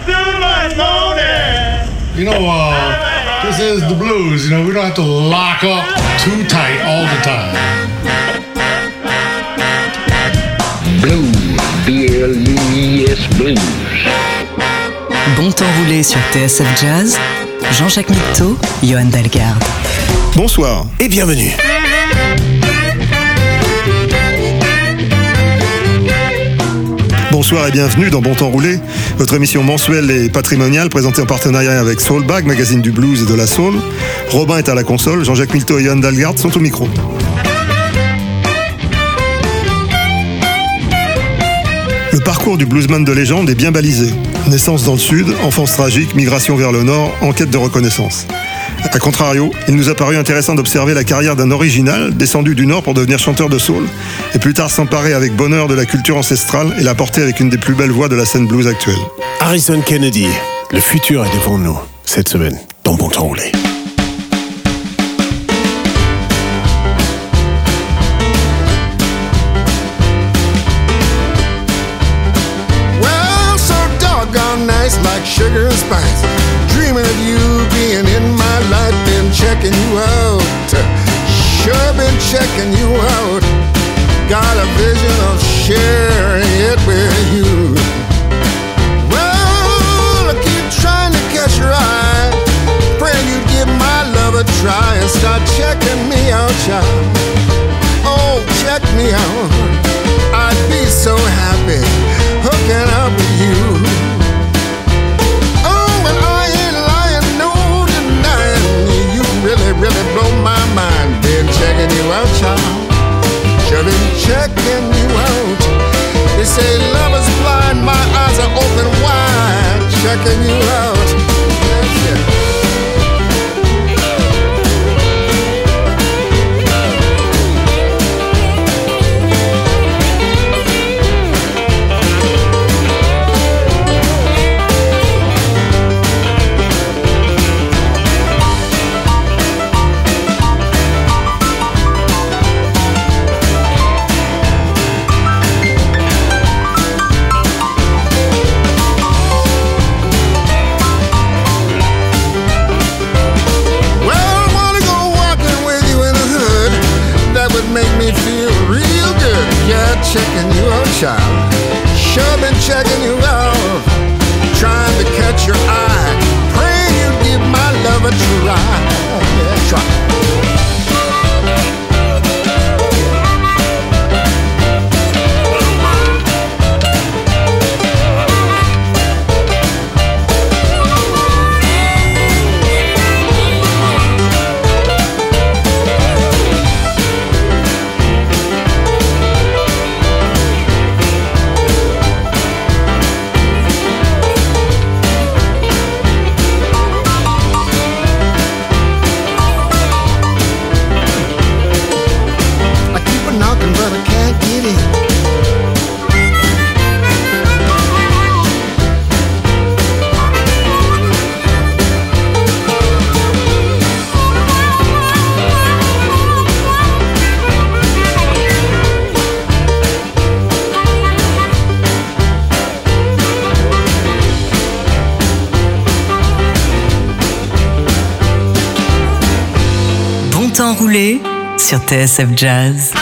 You know, this is the blues. You know, we don't have to lock up too tight all the time. Blues, B-L-U-E-S, blues. Bon temps roulé sur TSF Jazz, Jean-Jacques Mitteau, Johan Dalgarde. Bonsoir et bienvenue. Bonsoir et bienvenue dans Bon Temps Roulé, votre émission mensuelle et patrimoniale présentée en partenariat avec Soulbag, magazine du blues et de la soul. Robin est à la console, Jean-Jacques Milteau et Johan Dalgarde sont au micro. Le parcours du bluesman de légende est bien balisé. Naissance dans le sud, enfance tragique, migration vers le nord, en quête de reconnaissance. A contrario, il nous a paru intéressant d'observer la carrière d'un original descendu du nord pour devenir chanteur de soul et plus tard s'emparer avec bonheur de la culture ancestrale et la porter avec une des plus belles voix de la scène blues actuelle. Harrison Kennedy, le futur est devant nous cette semaine dans Bon Temps Roulé. Well, so doggone nice like sugar and spice. Dreaming of you being in my life, been checking you out. Sure been checking you out. Got a vision of sharing it with you. Well, I keep trying to catch your eye. Praying you'd give my love a try and start checking me out, child. Oh, check me out. I'd be so happy hooking up with you. Really blow my mind. Been checking you out, child. Sure been checking you out. They say love is blind, my eyes are open wide. Checking you out. That's it. Checking you out, child. Sure been checking you out. Trying to catch your eye. Praying you give my love a try. Yeah, try. Roulé sur TSF Jazz.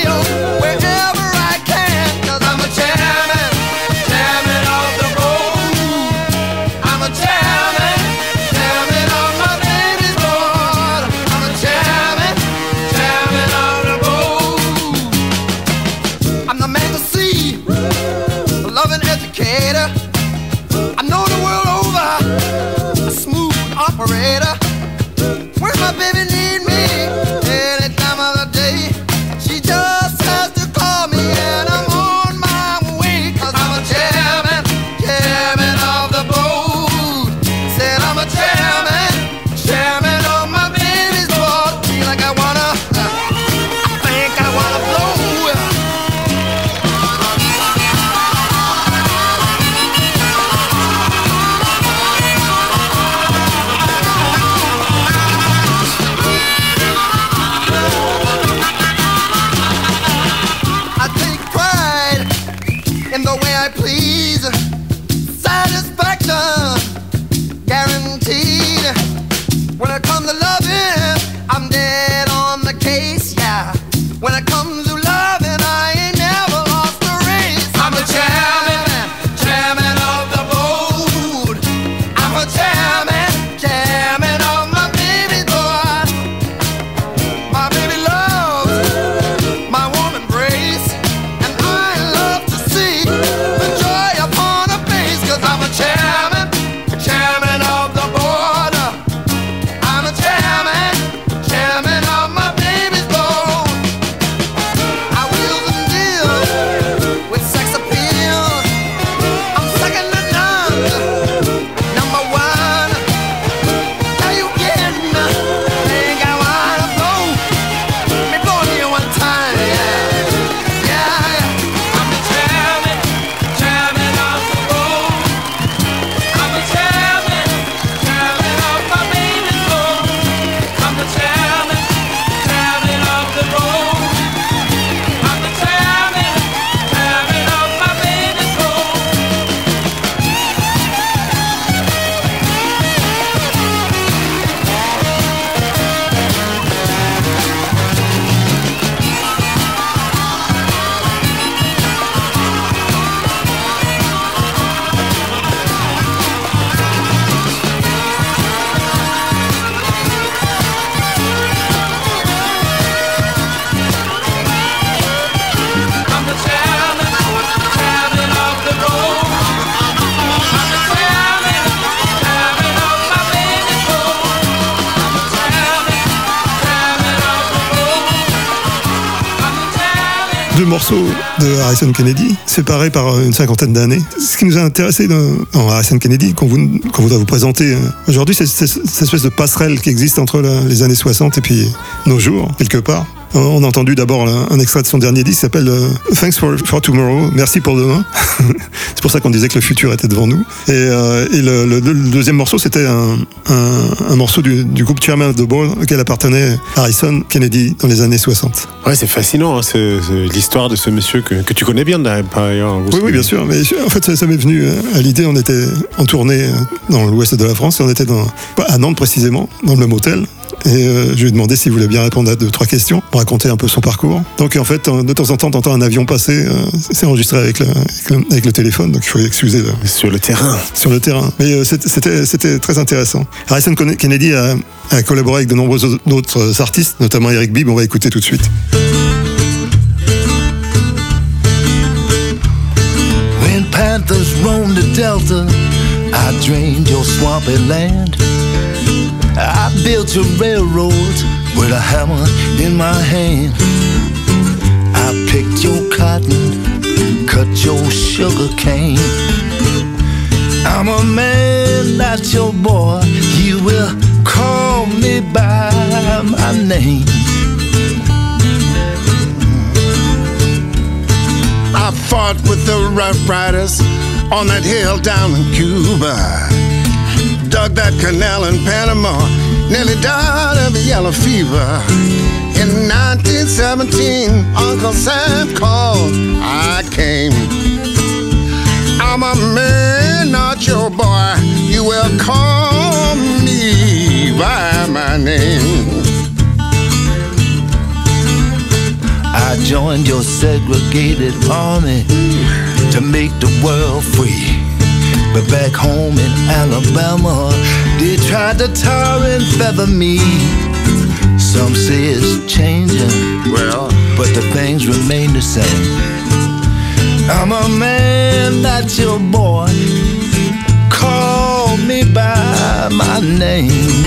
Wherever I can, 'cause I'm a chairman of the board. 2 morceaux de Harrison Kennedy, séparés par une cinquantaine d'années. Ce qui nous a intéressé dans Harrison Kennedy, qu'on voudrait vous présenter aujourd'hui, c'est cette espèce de passerelle qui existe entre les années 60 et puis nos jours, quelque part. On a entendu d'abord un extrait de son dernier disque qui s'appelle Thanks for Tomorrow, merci pour demain. C'est pour ça qu'on disait que le futur était devant nous. Et le deuxième morceau, c'était un morceau du groupe Chairman of the Board auquel appartenait Harrison Kennedy dans les années 60. Ouais, c'est fascinant, hein, c'est l'histoire de ce monsieur que tu connais bien par ailleurs. Oui, bien sûr. Mais en fait, ça m'est venu à l'idée. On était en tournée dans l'ouest de la France et on était à Nantes précisément, dans le même hôtel. Et je lui ai demandé s'il voulait bien répondre à 2-3 questions, pour raconter un peu son parcours. Donc en fait, de temps en temps, t'entends un avion passer, c'est enregistré avec le téléphone, donc il faut excuser. Sur le terrain. Sur le terrain. Mais c'était très intéressant. Harrison Kennedy a collaboré avec de nombreux autres artistes, notamment Eric Bibb, on va écouter tout de suite. When panthers roam the delta, I drained your swampy land. I built your railroads with a hammer in my hand. I picked your cotton, cut your sugar cane. I'm a man, not your boy. You will call me by my name. I fought with the Rough Riders on that hill down in Cuba. Dug that canal in Panama, nearly died of yellow fever. In 1917, Uncle Sam called, I came. I'm a man, not your boy. You will call me by my name. I joined your segregated army to make the world free. But back home in Alabama, they tried to tar and feather me. Some say it's changing, Well, but the things remain the same. I'm a man, not your boy. Call me by my name.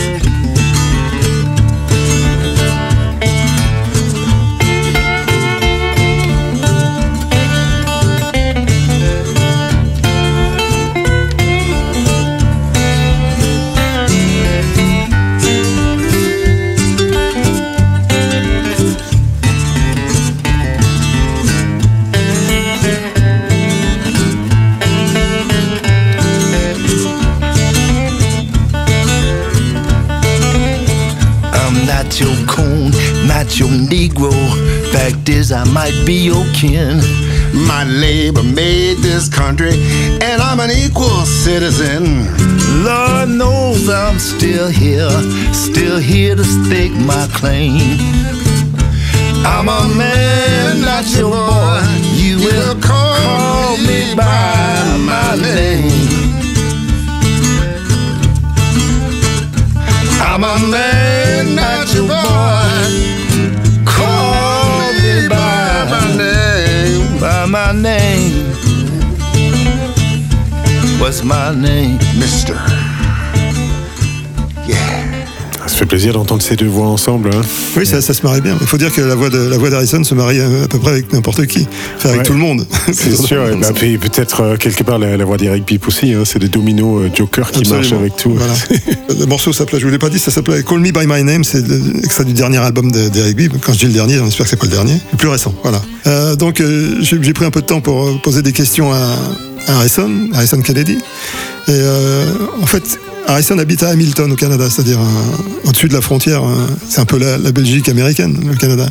Not your coon, not your Negro. Fact is, I might be your kin. my labor made this country, and I'm an equal citizen. Lord knows I'm still here to stake my claim. I'm a man, not your boy. You will call me by my name. I'm a man, not your boy. Call me by my name. By my name. What's my name? Mister. Yeah. Ça fait plaisir d'entendre ces deux voix ensemble. Hein. Oui, ça se marie bien. Il faut dire que la voix d'Harrison se marie à peu près avec n'importe qui. Enfin, avec tout le monde. C'est sûr. Et bah, puis peut-être quelque part la voix d'Eric Bibb aussi. Hein. C'est des dominos Joker qui marchent avec tout. Voilà. Le morceau s'appelait, je vous l'ai pas dit, ça s'appelait Call Me By My Name. C'est l'extrait du dernier album d'Eric Bibb. Quand je dis le dernier, on espère que c'est pas le dernier. Le plus récent. Voilà. Donc j'ai pris un peu de temps pour poser des questions à Harrison Kennedy. Et en fait, Harrison habite à Hamilton au Canada, c'est-à-dire au-dessus de la frontière. C'est un peu la Belgique américaine, le Canada.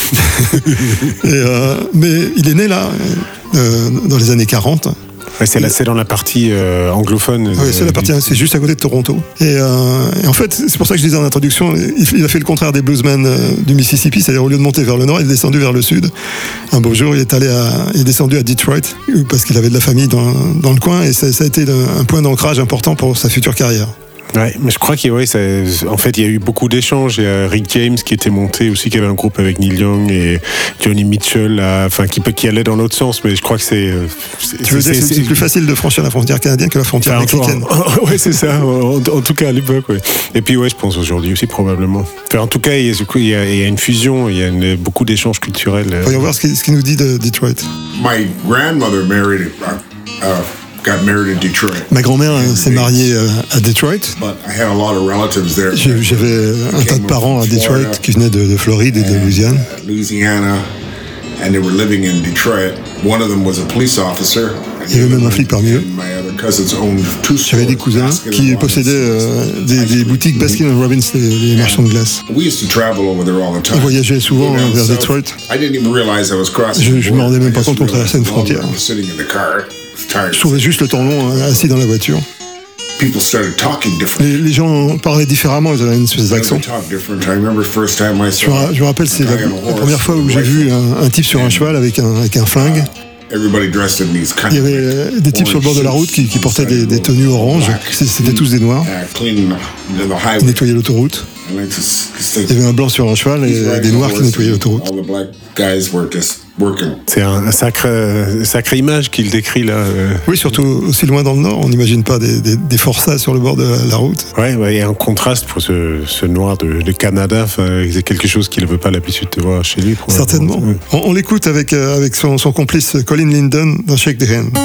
Mais il est né là, dans les années 40. Ouais, c'est dans la partie anglophone. Oui, c'est juste à côté de Toronto. Et en fait, c'est pour ça que je disais en introduction, il a fait le contraire des bluesmen du Mississippi, c'est-à-dire au lieu de monter vers le nord, il est descendu vers le sud. Un beau jour, il est descendu à Detroit parce qu'il avait de la famille dans le coin, et ça a été un point d'ancrage important pour sa future carrière. Ouais, mais je crois en fait, il y a eu beaucoup d'échanges. Il y a Rick James qui était monté aussi, qui avait un groupe avec Neil Young et Johnny Mitchell, qui allait dans l'autre sens. Mais je crois que Tu veux dire que c'est plus facile de franchir la frontière canadienne que la frontière mexicaine? Ouais, c'est ça. En tout cas, à l'époque, ouais. Et puis, ouais, je pense aujourd'hui aussi, probablement. Enfin, en tout cas, il y a une fusion, il y a beaucoup d'échanges culturels. Voyons voir ce qu'il nous dit de Detroit. My grandmother got married in Detroit. Ma grand-mère s'est mariée à Detroit. But I had a lot of relatives there. J'avais un tas de parents à Detroit qui venaient de Floride et de Louisiane. Louisiana, and they were living in Detroit. One of them was a police officer. Il y avait même un flic parmi eux. J'avais des cousins qui possédaient des boutiques Baskin & Robbins, les marchands de glace. On voyageait souvent vers Detroit. Je me rendais même pas compte qu'on traversait une frontière. Je trouvais juste le temps long, assis dans la voiture. Les gens parlaient différemment, ils avaient une espèce d'accent. Je me rappelle, c'est la première fois où j'ai vu un type sur un cheval avec un flingue. Il y avait des types sur le bord de la route qui portaient des tenues oranges. C'était tous des noirs. Ils nettoyaient l'autoroute. Il y avait un blanc sur un cheval et des noirs qui nettoyaient l'autoroute. C'est un sacré image qu'il décrit là. Oui, surtout aussi loin dans le nord, on n'imagine pas des forçats sur le bord de la route. Ouais, il y a un contraste pour ce noir de Canada. Enfin, c'est quelque chose qu'il ne veut pas l'habitude de voir chez lui. Certainement. Ouais. On l'écoute avec son complice Colin Linden dans Shake the Hand.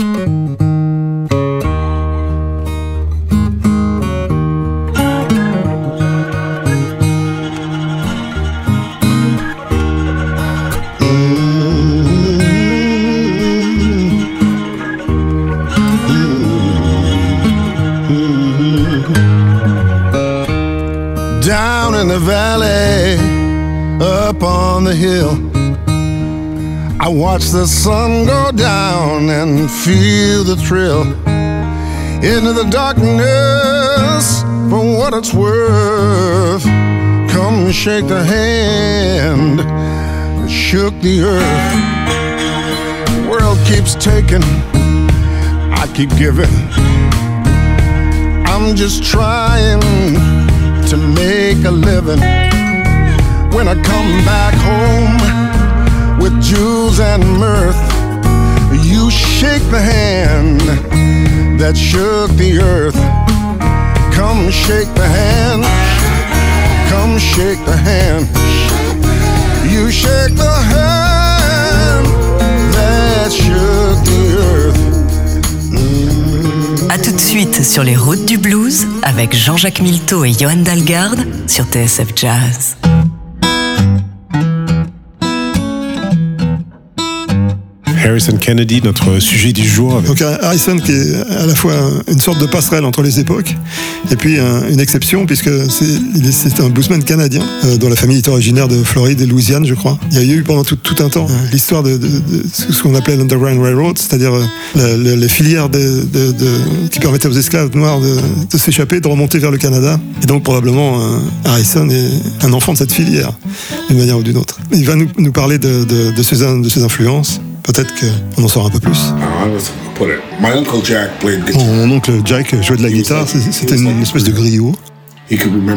the valley, up on the hill, I watch the sun go down and feel the thrill. Into the darkness, for what it's worth, come shake the hand that shook the earth. The world keeps taking, I keep giving. I'm just trying to make a living. When I come back home with jewels and mirth, you shake the hand that shook the earth. Come shake the hand, come shake the hand. You shake the hand that shook the earth. A tout de suite sur les routes du blues avec Jean-Jacques Milteau et Johan Dalgarde sur TSF Jazz. Harrison Kennedy, notre sujet du jour. Avec... Donc Harrison qui est à la fois une sorte de passerelle entre les époques et puis une exception puisque c'est un bluesman canadien dont la famille est originaire de Floride et Louisiane, je crois. Il y a eu pendant tout un temps l'histoire de ce qu'on appelait l'Underground Railroad, c'est-à-dire les filières qui permettaient aux esclaves noirs de s'échapper, de remonter vers le Canada. Et donc probablement Harrison est un enfant de cette filière, d'une manière ou d'une autre. Il va nous parler de ses influences. Peut-être qu'on en saura un peu plus. Mon oncle Jack jouait de la guitare, c'était une espèce de griot. Il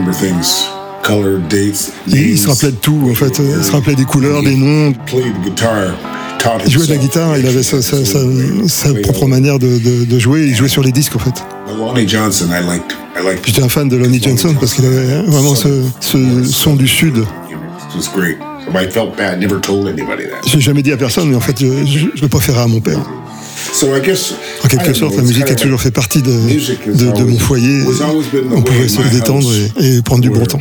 se rappelait de tout, en fait. Il se rappelait des couleurs, des noms. Il jouait de la guitare, il avait sa propre manière de jouer, il jouait sur les disques, en fait. J'étais un fan de Lonnie Johnson parce qu'il avait vraiment ce son du Sud. J'ai jamais dit à personne, mais en fait, je le préférais à mon père. En quelque sorte, la musique a toujours fait partie de mon foyer. On pouvait se détendre et prendre du bon temps.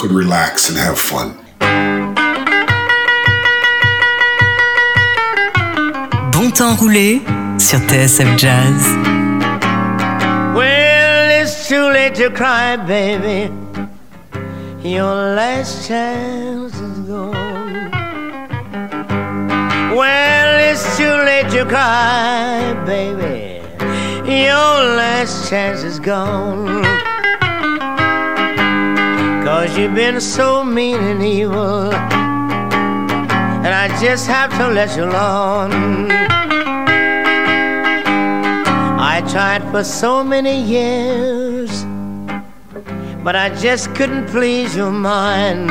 Bon temps roulé sur TSF Jazz. Well, it's too late to cry, baby. Your last chance is gone. Well, it's too late to cry, baby. Your last chance is gone. 'Cause you've been so mean and evil, and I just have to let you alone. I tried for so many years but I just couldn't please your mind.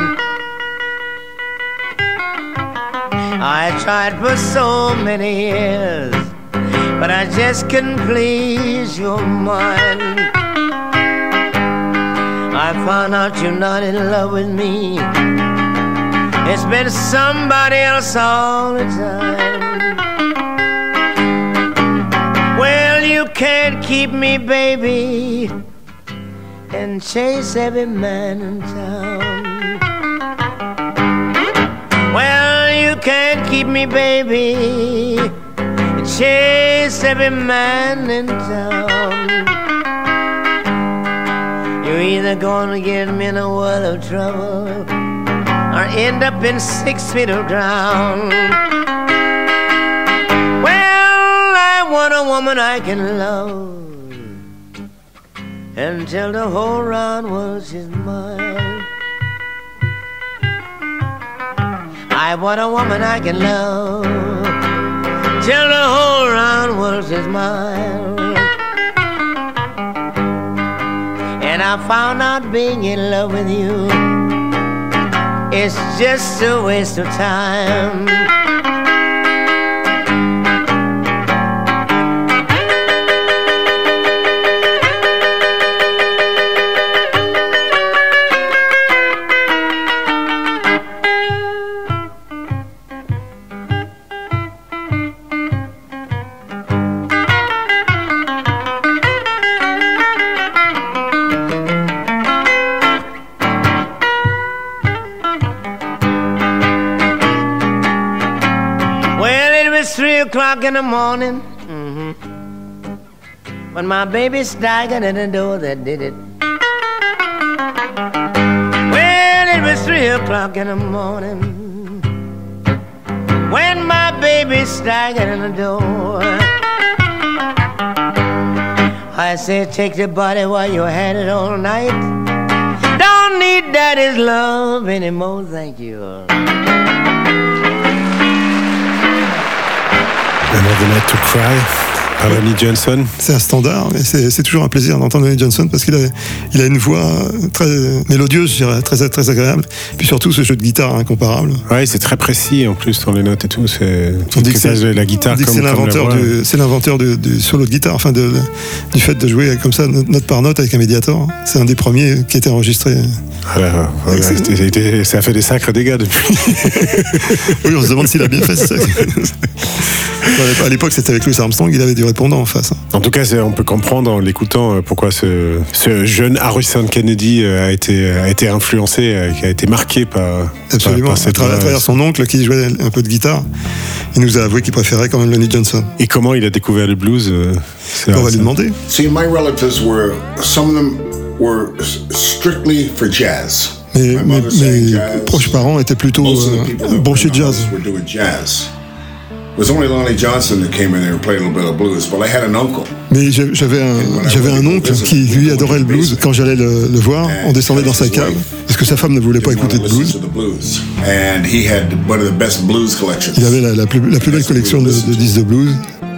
I tried for so many years, but I just couldn't please your mind. I found out you're not in love with me. It's been somebody else all the time. Well, you can't keep me, baby, and chase every man in town. Well, you can't keep me, baby, and chase every man in town. You're either gonna get me in a world of trouble or end up in 6 feet of ground. Well, I want a woman I can love and tell the whole round world she's mine. I want a woman I can love, tell the whole round world she's mine. And I found out being in love with you, it's just a waste of time. In the morning, when my baby staggered at the door that did it. Well, it was 3 o'clock in the morning, when my baby staggered in the door. I said, take the body while you had it all night. Don't need daddy's love anymore, thank you. Another Night to Cry par Lonnie Johnson. C'est un standard, mais c'est toujours un plaisir d'entendre Lonnie Johnson parce qu'il a une voix très mélodieuse, je dirais, très agréable. Puis surtout ce jeu de guitare incomparable. Ouais, c'est très précis en plus dans les notes et tout. On dit que c'est la guitare comme c'est l'inventeur du solo de guitare, enfin du fait de jouer comme ça note par note avec un médiator. C'est un des premiers qui a été enregistré. Voilà, ça a fait des sacres dégâts depuis. Oui, on se demande s'il a bien fait ça. À l'époque, c'était avec Louis Armstrong, il avait du répondant en face. En tout cas, on peut comprendre en l'écoutant pourquoi ce jeune Harrison Kennedy a été influencé, qui a été marqué par. Absolument. Par à travers son oncle qui jouait un peu de guitare, il nous a avoué qu'il préférait quand même Lonnie Johnson. Et comment il a découvert le blues on va lui demander. See, my relatives some of them were strictly for jazz. Mes proches parents étaient plutôt branchés jazz. It was only Lonnie Johnson that came in there and played a little bit of blues, but I had an uncle. Mais j'avais un oncle qui lui adorait le blues. Quand j'allais le voir, on descendait dans sa cave parce que sa femme ne voulait pas écouter de blues. And he had one of the best blues collections. Il avait la plus belle collection de disques de blues.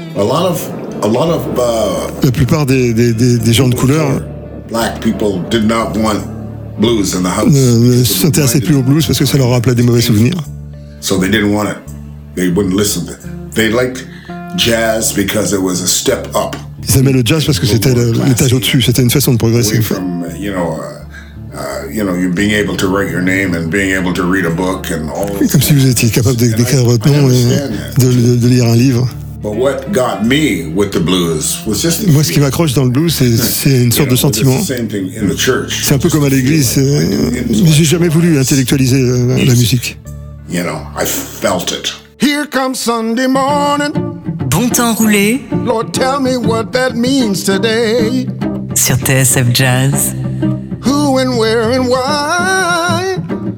La plupart des gens de couleur black people did not want blues in the house. Ne s'intéressaient plus au blues parce que ça leur rappelait des mauvais souvenirs. So they didn't want it. They wouldn't listen to it. They liked jazz because it was a step up. Ils aimaient le jazz parce que c'était l'étage au-dessus, c'était une façon de progresser. You being able to write your name and being able to read a book and all. Comme si vous étiez capable d'écrire votre nom et de lire un livre. But what got me with the blues was just. Moi, ce qui m'accroche dans le blues, c'est une sorte de sentiment. C'est un peu comme à l'église, mais j'ai jamais voulu intellectualiser la musique. I felt it. Here comes Sunday morning. Bon temps roulé. Lord, tell me what that means today. Sur TSF Jazz. Who and where and why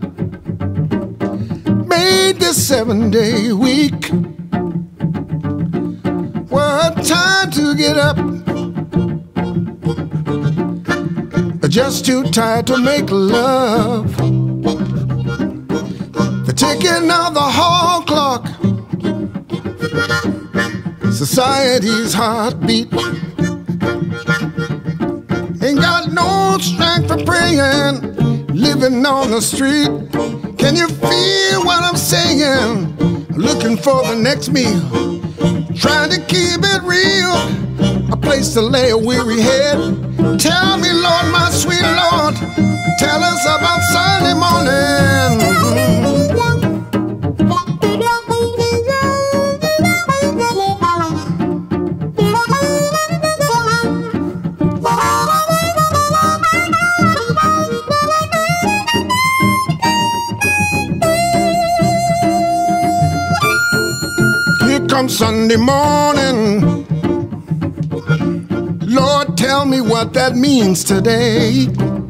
made this 7-day week? What time to get up? Just too tired to make love. The ticking of the hall clock, society's heartbeat. Ain't got no strength for praying, living on the street. Can you feel what I'm saying? Looking for the next meal, trying to keep it real, a place to lay a weary head. Tell me, Lord, my sweet Lord, tell us about Sunday morning. Come Sunday morning, Lord, tell me what that means today.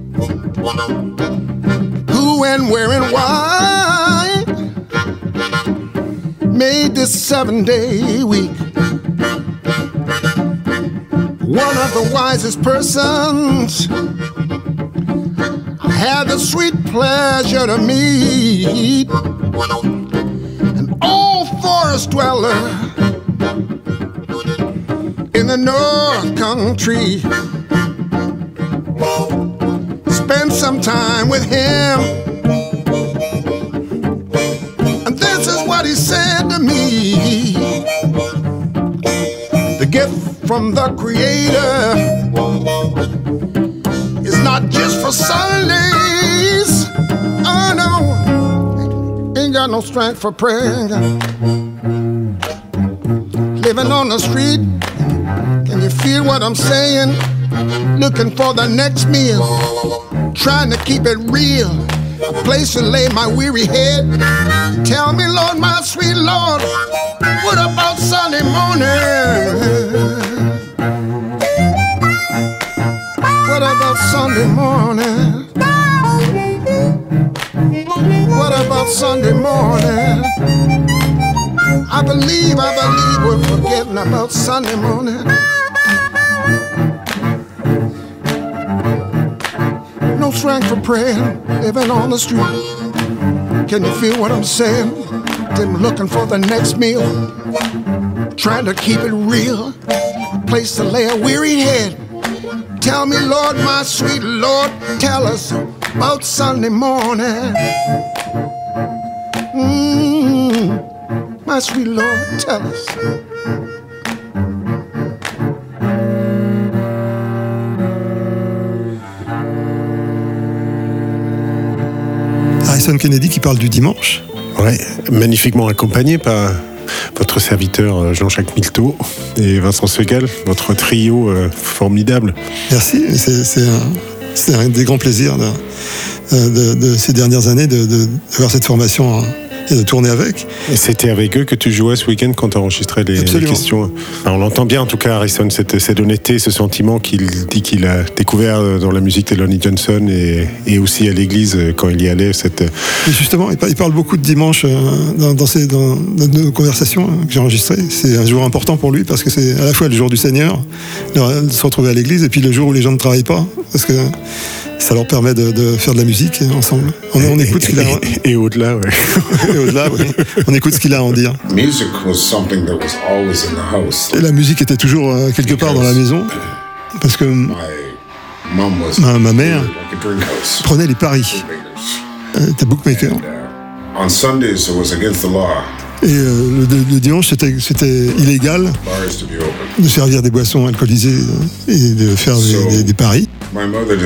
Who and where and why made this 7-day week? One of the wisest persons I had the sweet pleasure to meet, an old forest dweller in the North Country. Spend some time with him, and this is what he said to me. The gift from the Creator is not just for Sundays. Oh no, ain't got no strength for prayer. Living on the street, can you feel what I'm saying? Looking for the next meal, trying to keep it real, a place to lay my weary head. Tell me, Lord, my sweet Lord, what about Sunday morning? What about Sunday morning? What about Sunday morning? I believe we're forgetting about Sunday morning. No strength for praying, living on the street. Can you feel what I'm saying? Them looking for the next meal, trying to keep it real, a place to lay a weary head. Tell me, Lord, my sweet Lord, tell us about Sunday morning. My sweet Lord, tell us. Harrison Kennedy qui parle du dimanche. Ouais, magnifiquement accompagné par votre serviteur Jean-Jacques Milteau et Vincent Segal, votre trio formidable. Merci, c'est un des grands plaisirs de ces dernières années d'avoir cette formation et de tourner avec. Et c'était avec eux que tu jouais ce week-end quand tu enregistrais les questions. Alors, on l'entend bien en tout cas, Harrison, cette honnêteté, ce sentiment qu'il dit qu'il a découvert dans la musique de Lonnie Johnson et aussi à l'église quand il y allait. Et justement, il parle beaucoup de dimanche dans nos conversations que j'ai enregistrées. C'est un jour important pour lui parce que c'est à la fois le jour du Seigneur, de se retrouver à l'église, et puis le jour où les gens ne travaillent pas, parce que ça leur permet de faire de la musique ensemble. On écoute ce qu'il a. Et au-delà, ouais. Et au-delà, oui. On écoute ce qu'il a à en dire. Music was something that was always in the house. Et la musique était toujours quelque part dans la maison, parce que ma mère prenait les paris. Elle était bookmaker. On Sundays, it was against the law. Et le dimanche, c'était illégal de servir des boissons alcoolisées et de faire des paris. Ma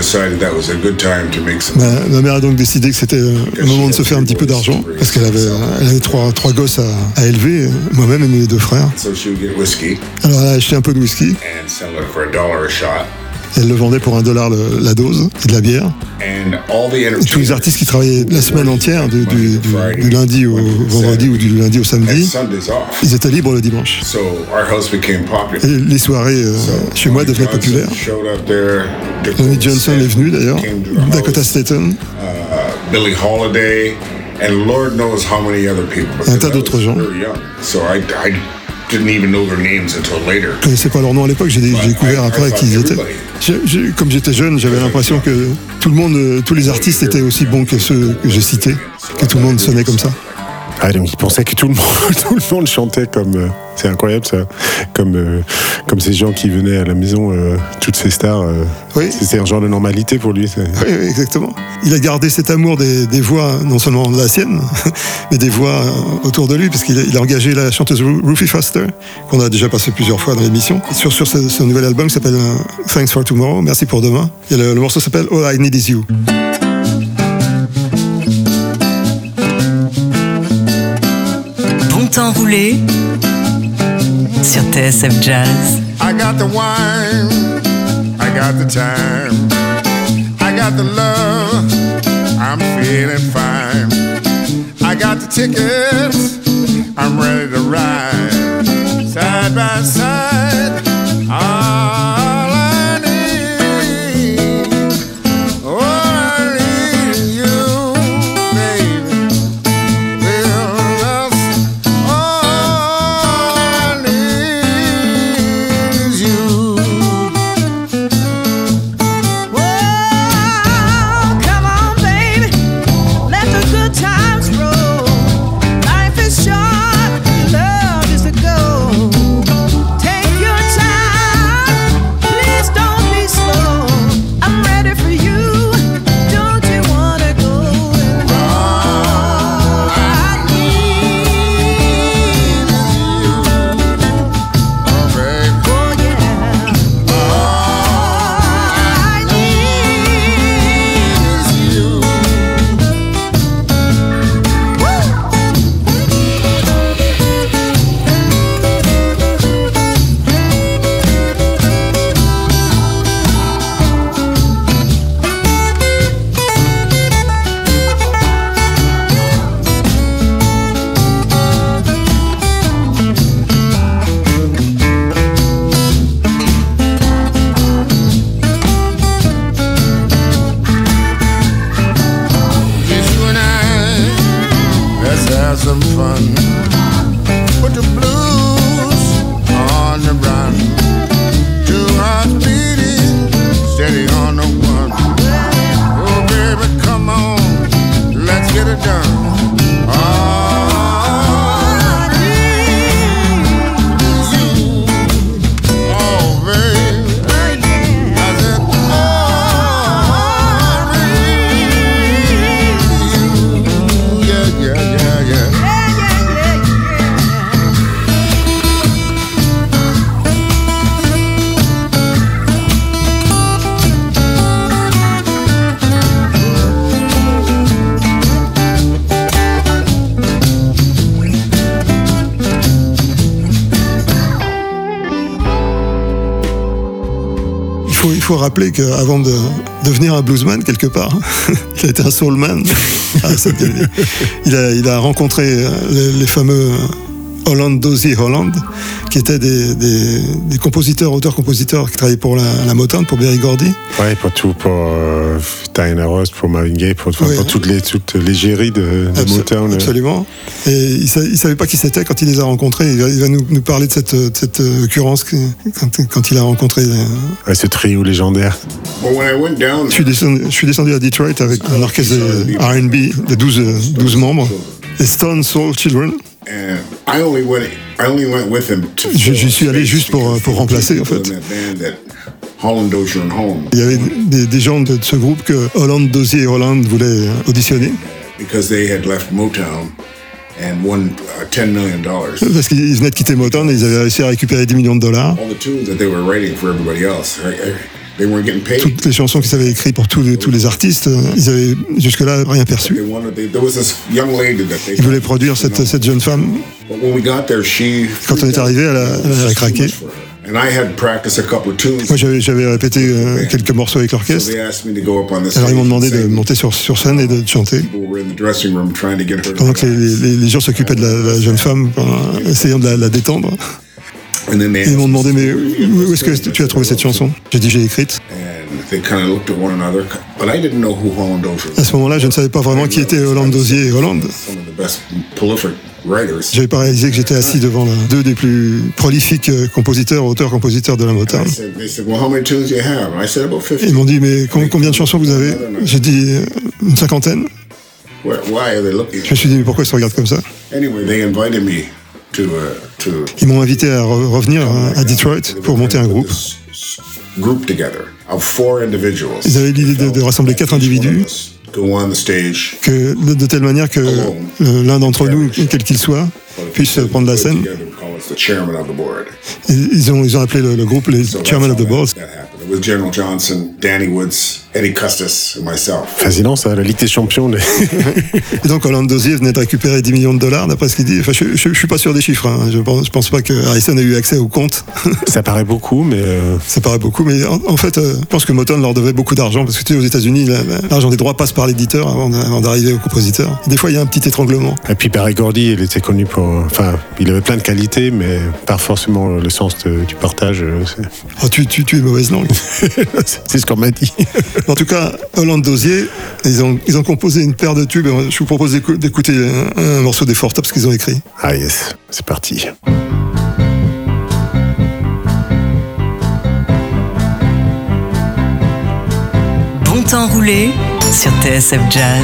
mère a donc décidé que c'était le moment de se faire un petit peu d'argent, parce qu'elle avait trois gosses à élever, moi-même et mes deux frères. Alors elle a acheté un peu de whisky. Elle le vendait pour $1 la dose, et de la bière. Et tous les artistes qui travaillaient la semaine entière, du lundi au vendredi ou du lundi au samedi, ils étaient libres le dimanche. Et les soirées chez moi devenaient populaires. Lonnie Johnson est venu d'ailleurs, Dakota Staton. Billie Holiday, and Lord knows how many other people. Un tas d'autres gens. Didn't even know their names until later. Je connaissais pas leur nom à l'époque, j'ai découvert après qui ils étaient. Comme j'étais jeune, j'avais l'impression que tout le monde, tous les artistes étaient aussi bons que ceux que j'ai cités, que tout le monde sonnait comme ça. Ah, donc il pensait que tout le monde chantait comme... c'est incroyable ça. Comme ces gens qui venaient à la maison, toutes ces stars. Oui. C'était un genre de normalité pour lui. Oui, exactement. Il a gardé cet amour des voix, non seulement la sienne, mais des voix autour de lui, parce qu'il a engagé la chanteuse Ruthie Foster, qu'on a déjà passé plusieurs fois dans l'émission, sur ce nouvel album qui s'appelle Thanks for Tomorrow, Merci pour demain. Et le morceau s'appelle All I Need Is You. Bon temps roulé sur TSF Jazz. I got the wine, I got the time, I got the love, I'm feeling fine. I got the tickets, I'm ready to ride, side by side. All I need, all I need is you, baby. Well, that's all I need is you. Whoa, come on, baby, let the good times roll. Life is short, love is the goal. Take your time, please don't be slow. I'm ready for you, don't you wanna go? And all I need is you. Oh, baby. Oh yeah, all I need is you. Just you and I, let's have some fun. Put the blues on the run. Two hearts beating, steady on the one. Oh, baby, come on, let's get it done. All I need is you. Oh, baby. I said, all I need is you. Yeah. Il faut rappeler qu'avant de devenir un bluesman, quelque part, il a été un soulman. Il a rencontré les fameux Holland, Dozier Holland, qui étaient des compositeurs, auteurs-compositeurs qui travaillaient pour la Motown, pour Berry Gordy. Ouais, pour Diana Ross, pour Marvin Gaye, pour toutes les géries de Motown. Absolument. Et il ne savait pas qui c'était quand il les a rencontrés. Il va nous parler de cette occurrence quand il a rencontré... ce trio légendaire. Je suis descendu à Detroit avec un orchestre de R&B de 12 membres, les Stone Soul Children. Je suis allé juste pour remplacer, en fait. Il y avait des gens de ce groupe que Holland, Dozier et Holland voulaient auditionner. Parce qu'ils venaient de quitter Motown et ils avaient réussi à récupérer $10 millions. Toutes les chansons qu'ils avaient écrites pour tous les artistes, ils avaient jusque-là rien perçu. Ils voulaient produire cette jeune femme. Quand on est arrivé, elle a craqué. Moi, j'avais répété quelques morceaux avec l'orchestre. Alors, ils m'ont demandé de monter sur scène et de chanter. Pendant que les gens s'occupaient de la jeune femme, essayant de la détendre. Ils m'ont demandé, mais où est-ce que tu as trouvé cette chanson? J'ai dit, j'ai écrite. À ce moment-là, je ne savais pas vraiment qui étaient Holland, Dozier et Holland. Je n'avais pas réalisé que j'étais assis devant deux des plus prolifiques auteurs-compositeurs de la Motown. Ils m'ont dit, mais combien de chansons vous avez? J'ai dit, une cinquantaine. Why are they looking? Je me suis dit, mais pourquoi ils se regardent comme ça? Anyway, they invited me to Ils m'ont invité à revenir à Detroit pour monter un groupe. Group together of 4 individuals. Ils avaient l'idée de rassembler 4 individus, de telle manière que l'un d'entre nous, quel qu'il soit, puisse prendre la scène. Ils ont appelé le groupe les Chairman of the Board. With General Johnson, Danny Woods, Eddie Custis, and myself. Fascinant ça, la Ligue des Champions. Et donc Holland Dozier venait de récupérer $10 millions, d'après ce qu'il dit. Enfin, je suis pas sûr des chiffres. Hein. Je pense pas que Harrison ait eu accès au compte. Ça paraît beaucoup, mais. Ça paraît beaucoup, mais en fait, je pense que Motown leur devait beaucoup d'argent parce que tu sais, aux États-Unis, l'argent des droits passe par l'éditeur avant d'arriver au compositeur. Des fois, il y a un petit étranglement. Et puis Berry Gordy, il était connu pour. Enfin, il avait plein de qualités, mais pas forcément le sens du partage. Oh, tu es mauvaise langue. C'est ce qu'on m'a dit. En tout cas, Holland Dozier, ils ont composé une paire de tubes. Je vous propose d'écouter un morceau des Four Tops qu'ils ont écrit. Ah yes, c'est parti. Bon temps roulé sur TSF Jazz.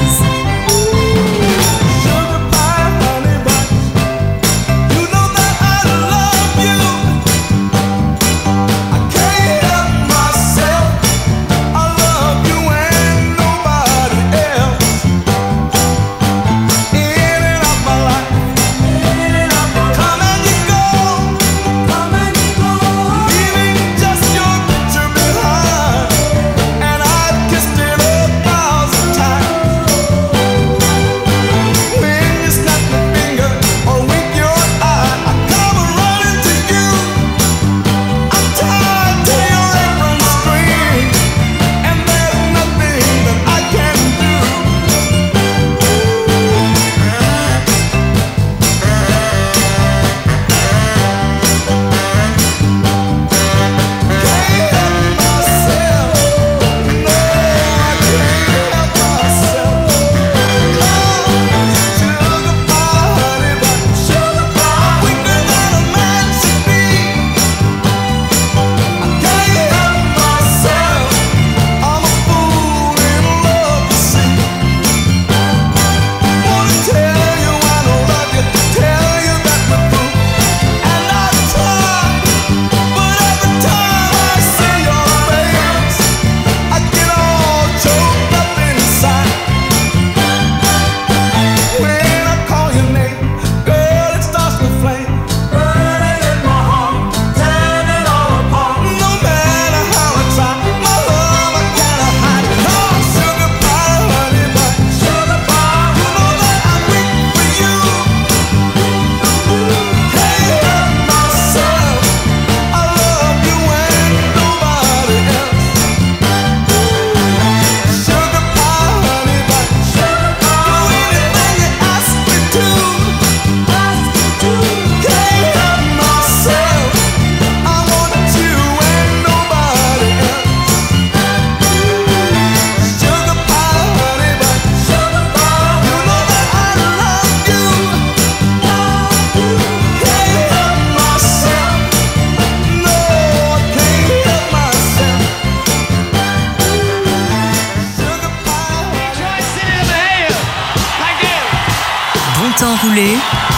Roulé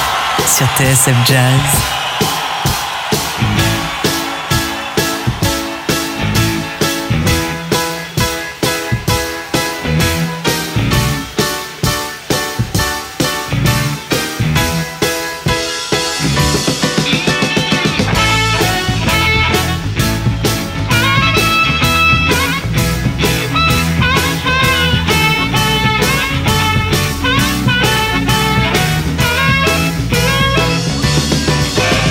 sur TSF Jazz. Yeah.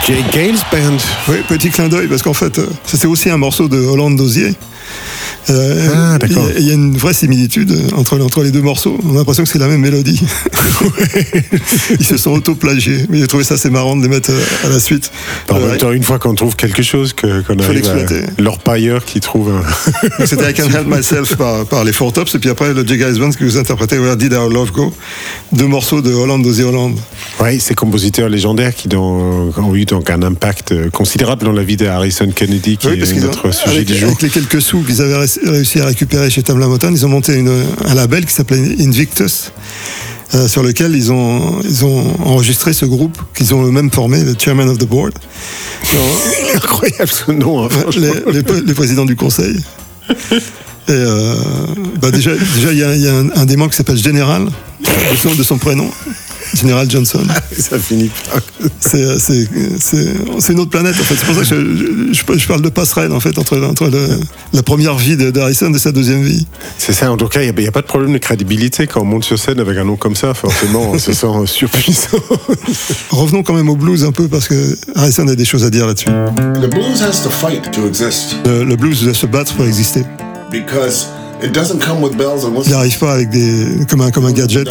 Jake Gales Band. Oui, petit clin d'œil, parce qu'en fait, c'était aussi un morceau de Holland Dozier. D'accord. Il y a une vraie similitude entre les deux morceaux. On a l'impression que c'est la même mélodie. Ils se sont auto-plagiés. Mais j'ai trouvé ça assez marrant de les mettre à la suite. En même temps, une fois qu'on trouve quelque chose, qu'on arrive à leur pailleur qui trouve un... C'était I Can't Help Myself par les Four Tops, et puis après le Jay Guys Band que vous interprétez Where Did Our Love Go, deux morceaux de Holland Dozier Holland. Oui, ces compositeurs légendaires qui ont eu donc un impact considérable dans la vie de Harrison Kennedy, qui est notre sujet du jour. Avec les quelques sous qu'ils avaient réussi à récupérer chez Tamla Motown, ils ont monté un label qui s'appelait Invictus, sur lequel ils ont enregistré ce groupe qu'ils ont eux-mêmes formé, le Chairman of the Board. Incroyable ce nom, hein, les présidents du conseil. Et déjà il y a un des membres qui s'appelle General, de son prénom. Général Johnson. Ça finit pas. C'est une autre planète, en fait. C'est pour ça que je parle de passerelle, en fait, entre la première vie d'Harrison et sa deuxième vie. C'est ça. En tout cas, il n'y a pas de problème de crédibilité quand on monte sur scène avec un nom comme ça. Forcément, on se sent surpuissant. Revenons quand même au blues un peu, parce que Harrison a des choses à dire là-dessus. The blues has to fight to exist. Le blues doit se battre pour exister. Because it doesn't come with bells and whistles. Il n'arrive pas avec comme un gadget.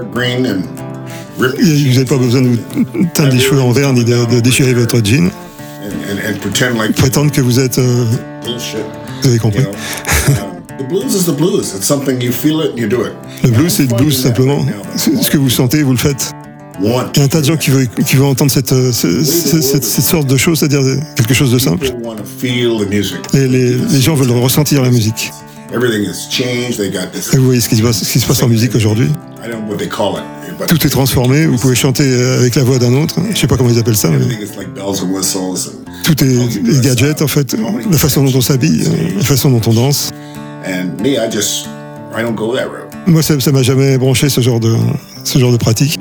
Vous n'avez pas besoin de vous teindre les cheveux en vert ni de déchirer votre jean. Prétendre que vous êtes... vous avez compris. Le blues, c'est le blues simplement. Ce que vous sentez, vous le faites. Il y a un tas de gens qui veulent entendre cette sorte de choses, c'est-à-dire quelque chose de simple. Et les gens veulent ressentir la musique. Et vous voyez ce qui se passe en musique aujourd'hui. Tout est transformé, vous pouvez chanter avec la voix d'un autre. Je ne sais pas comment ils appellent ça. Mais tout est gadget, en fait. La façon dont on s'habille, la façon dont on danse. Moi, ça ne m'a jamais branché ce genre de pratique.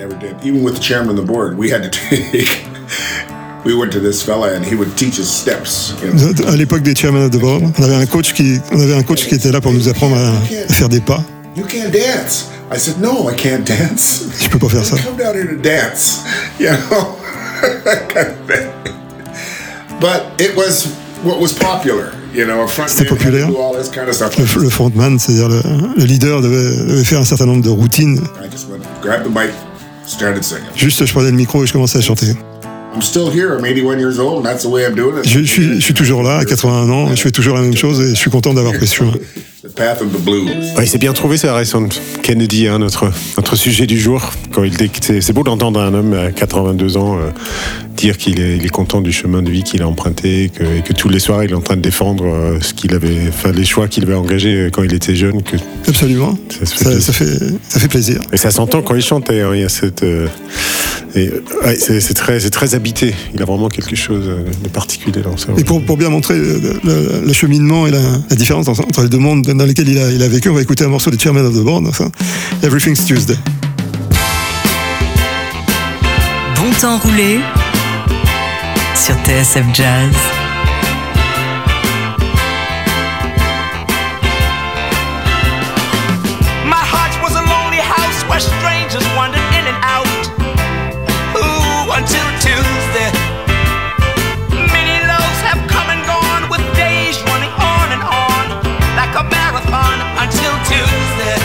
À l'époque des Chairman of the Board, on avait un coach qui était là pour nous apprendre à faire des pas. I said, no, I can't dance. Je peux pas faire ça. Come down here to dance, you know, that kind of thing. But it was what was popular, you know. A frontman C'était populaire. had to do all this kind of stuff. Le frontman, c'est-à-dire le leader, devait faire un certain nombre de routines. I just went, grabbed the mic, started singing. Juste, je prenais le micro et je commençais à chanter. I'm still here. I'm 81 years old, and that's the way I'm doing it. Je suis toujours là, à 81 ans, je fais toujours la même chose et je suis content d'avoir pris ce chemin. The path of the blues. Ouais, c'est bien trouvé, c'est Harrison Kennedy, hein, notre sujet du jour. C'est beau d'entendre un homme à 82 ans dire qu'il est content du chemin de vie qu'il a emprunté, et que tous les soirs il est en train de défendre les choix qu'il avait engagés quand il était jeune. Absolument. Ça fait plaisir. Et ça s'entend quand il chante. D'ailleurs, il y a cette c'est très habité. Il a vraiment quelque chose de particulier dans ça. Et pour bien montrer le cheminement et la différence entre les deux mondes dans lesquels il a vécu, on va écouter un morceau de Chairman of the Board, enfin, Everything's Tuesday. Bon temps roulé sur TSF Jazz. My heart was a lonely house where strangers wandered in and out. Ooh, until Tuesday. Many loves have come and gone with days running on and on like a marathon until Tuesday.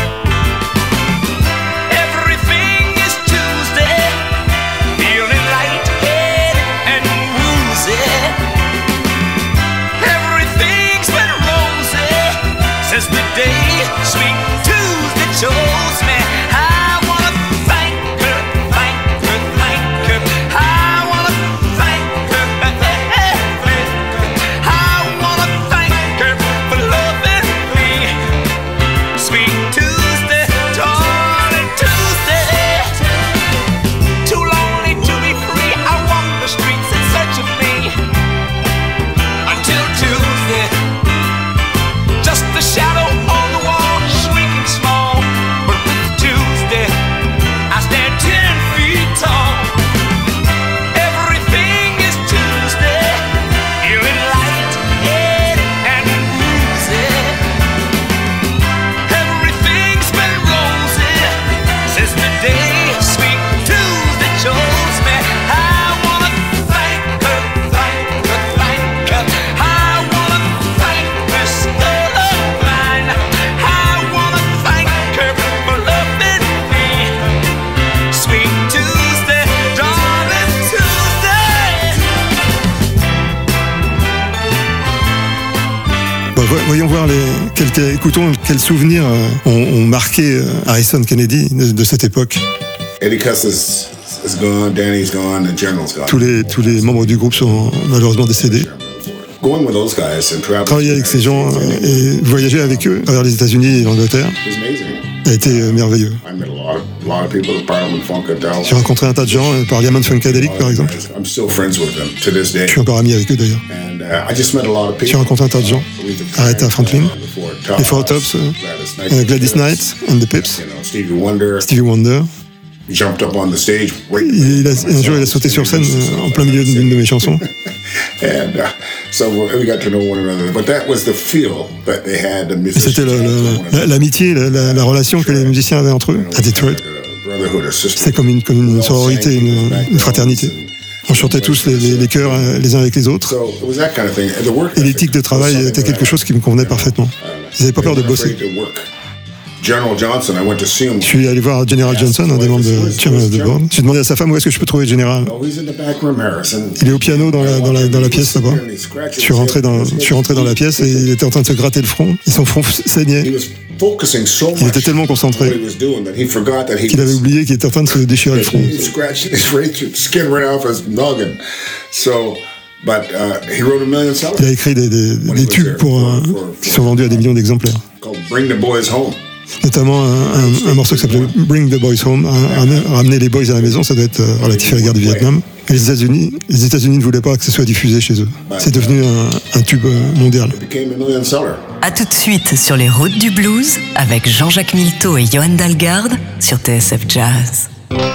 Everything is Tuesday. Feeling lightheaded and woozy. voyons voir écoutons quels souvenirs ont marqué Harrison Kennedy de cette époque. Eddie Cuss is gone, Danny's gone, the General's gone. Tous les membres du groupe sont malheureusement décédés. Going with those guys and traveling. Travailler avec ces gens et voyager avec eux à travers les États-Unis et l'Angleterre a été merveilleux. J'ai rencontré un tas de gens, Parliament Funkadelic par exemple. Je suis encore ami avec eux d'ailleurs. J'ai rencontré un tas de gens, Aretha Franklin, les Four Tops, Gladys Knight and the Pips, Stevie Wonder. Un jour, il a sauté sur scène en plein milieu d'une de mes chansons. C'était l'amitié, la relation que les musiciens avaient entre eux à Detroit. C'était comme une sororité, une fraternité. On chantait tous les chœurs les uns avec les autres. Et l'éthique de travail était quelque chose qui me convenait parfaitement. Ils n'avaient pas peur de bosser. Je suis allé voir General Johnson, un des membres de Chairman of the Board. J'ai demandé à sa femme où est-ce que je peux trouver le général. Il est au piano dans la pièce là-bas. Je suis rentré dans la pièce et il était en train de se gratter le front et son front saignait. Il était tellement concentré qu'il avait oublié qu'il était en train de se déchirer le front. Il a écrit des tubes qui sont vendus à des millions d'exemplaires. Notamment un morceau qui s'appelait Bring the Boys Home, ramener les boys à la maison, ça doit être relatif à la guerre du Vietnam. Et les États-Unis ne voulaient pas que ce soit diffusé chez eux. C'est devenu un tube mondial. A tout de suite sur les routes du blues avec Jean-Jacques Milteau et Johan Dalgarde sur TSF Jazz.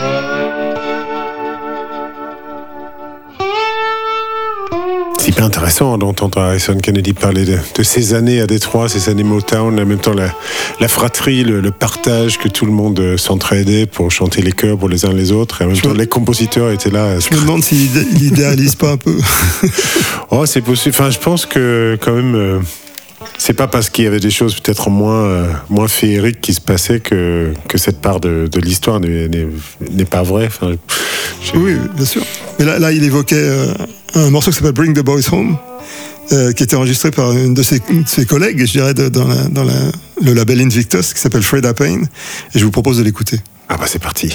C'est hyper intéressant d'entendre Harrison Kennedy parler de ces années à Détroit, ces années Motown, en même temps la fratrie, le partage, que tout le monde s'entraidait pour chanter les chœurs pour les uns les autres, et en même temps les compositeurs étaient là. Je me demande s'il idéalise pas un peu. Oh, c'est possible. Enfin, je pense que quand même, c'est pas parce qu'il y avait des choses peut-être moins féeriques qui se passaient que cette part de l'histoire n'est pas vraie. Enfin, oui, bien sûr. Mais là il évoquait un morceau qui s'appelle Bring the Boys Home, qui était enregistré par une de ses collègues, je dirais, dans le label Invictus, qui s'appelle Freda Payne, et je vous propose de l'écouter. Ah bah c'est parti.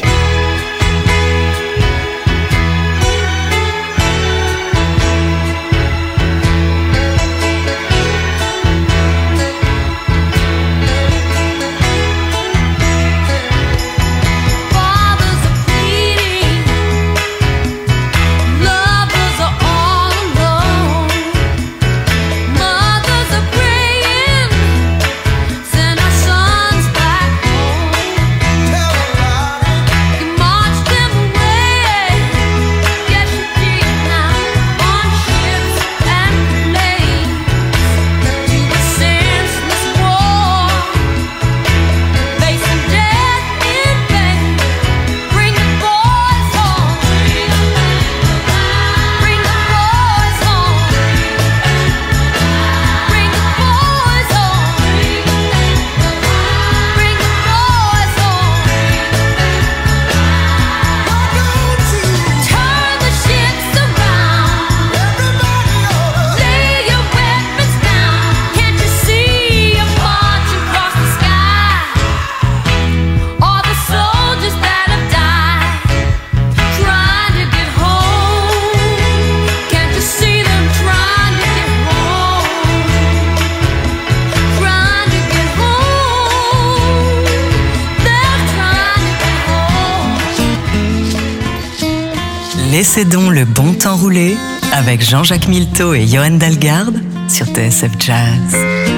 Laissez donc le bon temps rouler avec Jean-Jacques Milteau et Johan Dalgarde sur TSF Jazz.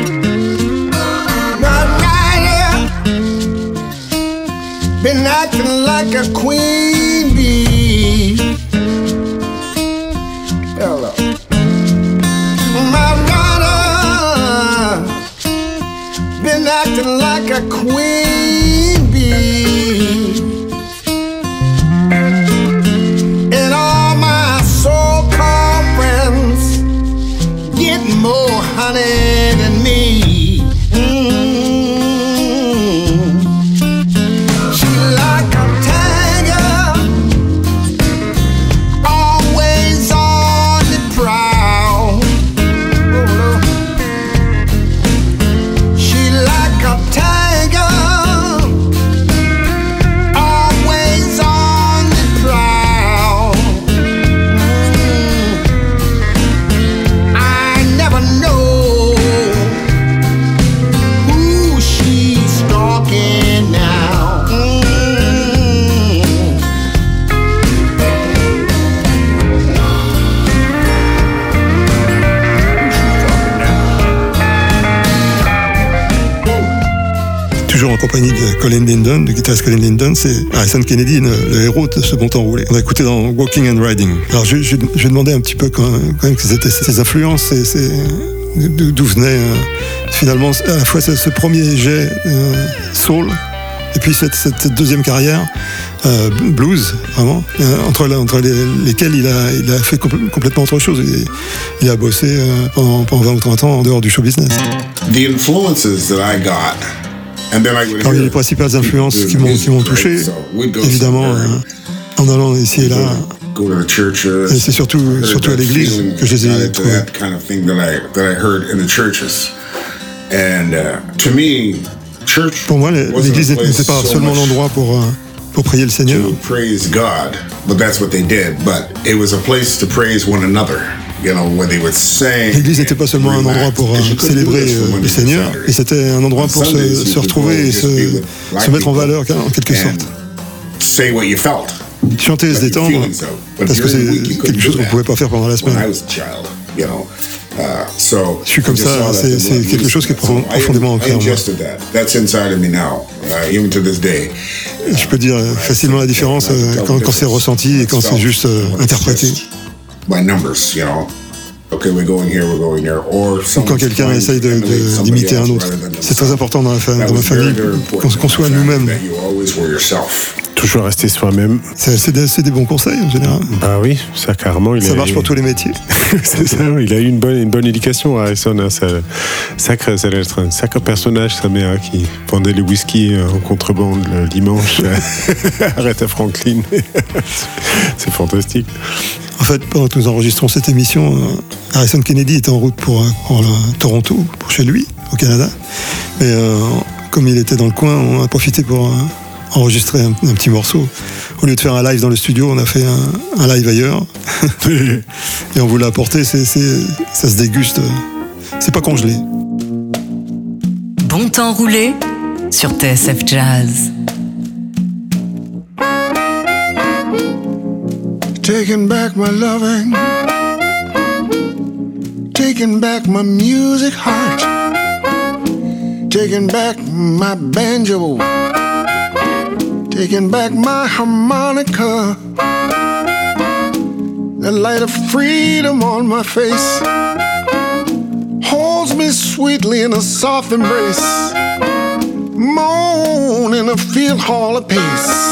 Been acting like a queen bee. Hello. My daughter been acting like a queen bee. And all my so-called friends getting more honey than me. toujours en compagnie de Colin Linden, du guitariste Colin Linden. C'est Harrison Kennedy, le héros de ce bon temps roulé. On a écouté dans Walking and Riding. Alors je vais demander un petit peu quand même quelles étaient ses influences, d'où venait finalement à la fois ce premier jet soul et puis cette deuxième carrière blues, vraiment, entre lesquels il a fait complètement autre chose. Il a bossé pendant 20 ou 30 ans en dehors du show business. The influences that I got, and then I would Parmi les principales influences qui m'ont touché, évidemment, en allant ici et là, et c'est surtout à l'église que je les ai trouvés. Pour moi, l'église n'était pas seulement l'endroit pour prier le Seigneur. L'église n'était pas seulement un endroit pour célébrer le Seigneur, mais c'était un endroit pour se retrouver et se mettre en valeur en quelque sorte. Chanter et se détendre, parce que c'est quelque chose qu'on ne pouvait pas faire pendant la semaine. Je suis comme ça, c'est quelque chose qui est profondément ancré en moi. Je peux dire facilement la différence quand c'est ressenti et quand c'est juste interprété. Ou quand quelqu'un essaye d'imiter un autre. C'est très important dans ma famille qu'on soit nous-mêmes. Toujours rester soi-même. C'est des bons conseils en général. Bah oui, ça carrément. Ça marche pour tous les métiers. C'est ça, il a eu une bonne éducation, Harrison. Hein, ça allait être un sacré personnage, sa mère, qui vendait le whisky en contrebande le dimanche à Aretha Franklin. C'est fantastique. En fait, pendant que nous enregistrons cette émission, Harrison Kennedy était en route pour Toronto, pour chez lui, au Canada. Mais comme il était dans le coin, on a profité pour enregistrer un petit morceau. Au lieu de faire un live dans le studio, on a fait un live ailleurs. Et on vous l'a apporté, ça se déguste. C'est pas congelé. Bon temps roulé sur TSF Jazz. Taking back my loving, taking back my music heart, taking back my banjo, taking back my harmonica, the light of freedom on my face holds me sweetly in a soft embrace, moan in a field hall of peace.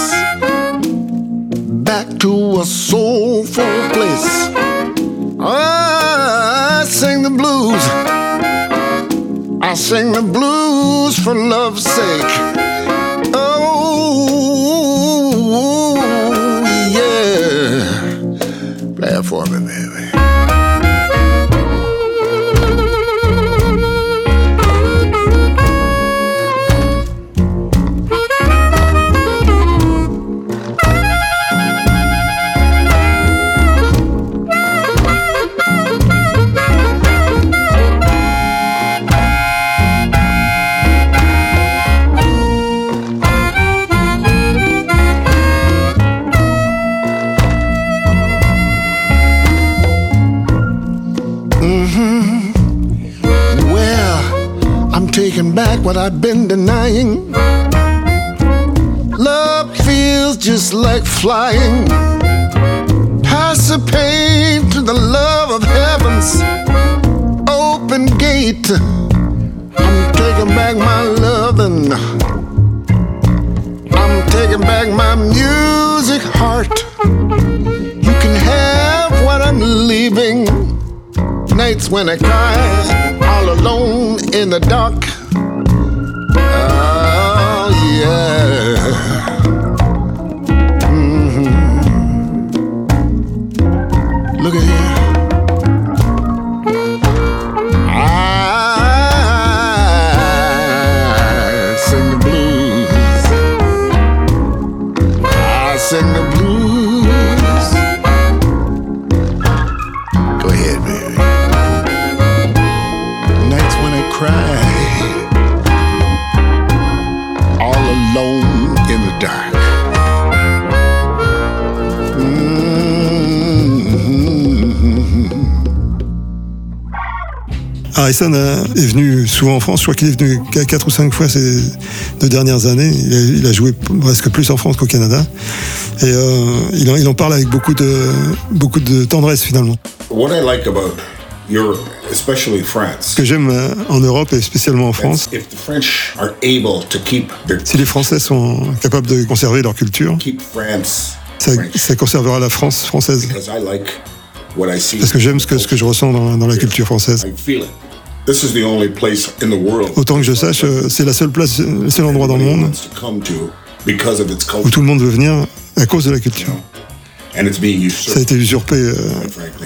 Back to a soulful place. I sing the blues. I sing the blues for love's sake. Oh, yeah. Play it for me, baby. Taking back what I've been denying. Love feels just like flying past the pain to the love of heaven's open gate. I'm taking back my loving. I'm taking back my music heart. You can have what I'm leaving. Nights when I cry all alone in the dark. Oh yeah. Look at here. I sing the blues. I sing the blues. Go ahead, baby. Nights when I cry Harrison est venu souvent en France. Je crois qu'il est venu 4 ou 5 fois ces 2 dernières années. Il a joué presque plus en France qu'au Canada. Et il en parle avec beaucoup de tendresse finalement. What I like about Europe, especially France. Ce que j'aime en Europe et spécialement en France, if the French are able to keep their si les Français sont capables de conserver leur culture, keep France ça conservera la France française. because I like what I see. Parce que j'aime ce que je ressens dans la culture française. I feel it. This is the only place in the world. Autant que je sache, c'est le seul endroit dans le monde wants to come to because of its où culture. tout le monde veut venir à cause de la culture. And it's being Ça a usurped, été usurpé. quite frankly.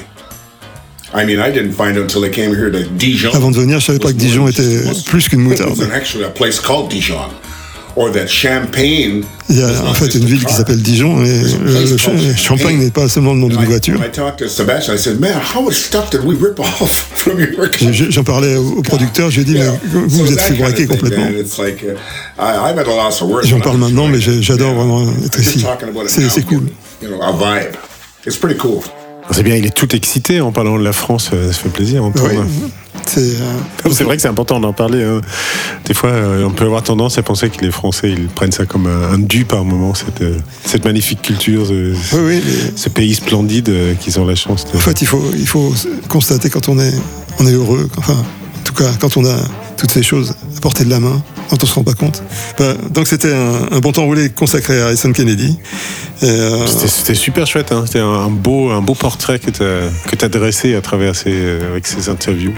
I mean, I didn't find out until I came here that Dijon. Avant de venir, je savais pas que Dijon était plus qu'une It moutarde. was actually a place called Dijon, or that Champagne. Il y a en fait une ville qui s'appelle Dijon et le Champagne n'est pas seulement le nom d'une voiture. I talked to Sebastian. I said, "Man, how much stuff did we rip off from your country?" J'en parlais au producteur, je lui ai dit, mais vous êtes fait braquer complètement. I'm at a loss of words. J'en parle maintenant, mais j'adore vraiment être ici. C'est cool. You know, a vibe. It's pretty cool. C'est bien, il est tout excité en parlant de la France, ça fait plaisir. Oui, c'est vrai que c'est important d'en parler. Hein. Des fois, on peut avoir tendance à penser que les Français ils prennent ça comme un dû par moment, cette magnifique culture, ce pays splendide qu'ils ont la chance de... En fait, il faut constater quand on est heureux, enfin, en tout cas, quand on a toutes ces choses à portée de la main, quand on se rend pas compte. Donc c'était un bon temps roulé consacré à Harrison Kennedy. C'était super chouette, hein. C'était un beau portrait que t'as dressé à travers avec ces interviews.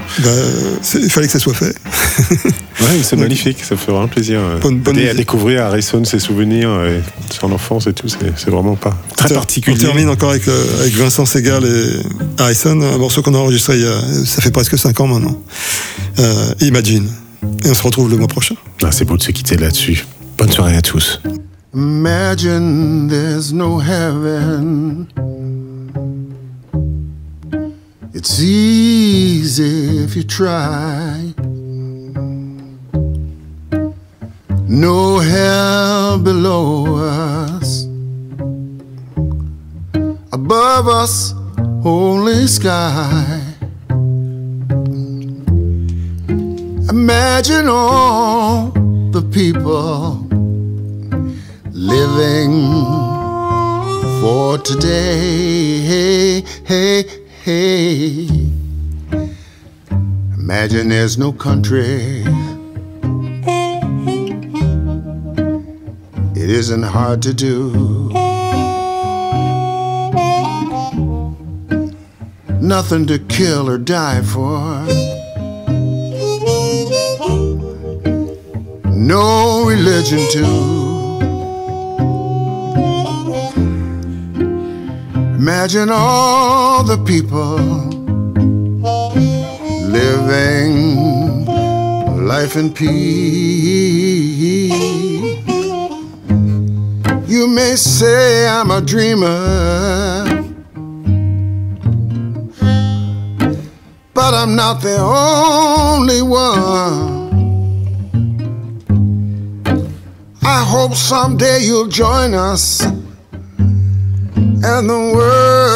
Il fallait que ça soit fait. Ouais, c'est magnifique, ça fait vraiment plaisir. À découvrir Harrison, ses souvenirs, son enfance et tout, c'est vraiment pas très particulier. On termine encore avec Vincent Segal et Harrison, un morceau qu'on a enregistré ça fait presque 5 ans maintenant. Imagine. Et on se retrouve le mois prochain. C'est beau de se quitter là-dessus. Bonne soirée à tous. Imagine there's no heaven. It's easy if you try. No hell below us. Above us, only sky. Imagine all the people living for today. Imagine there's no country. It isn't hard to do. Nothing to kill or die for. No religion too. Imagine all the people living life in peace. You may say I'm a dreamer, but I'm not the only one. I hope someday you'll join us and the world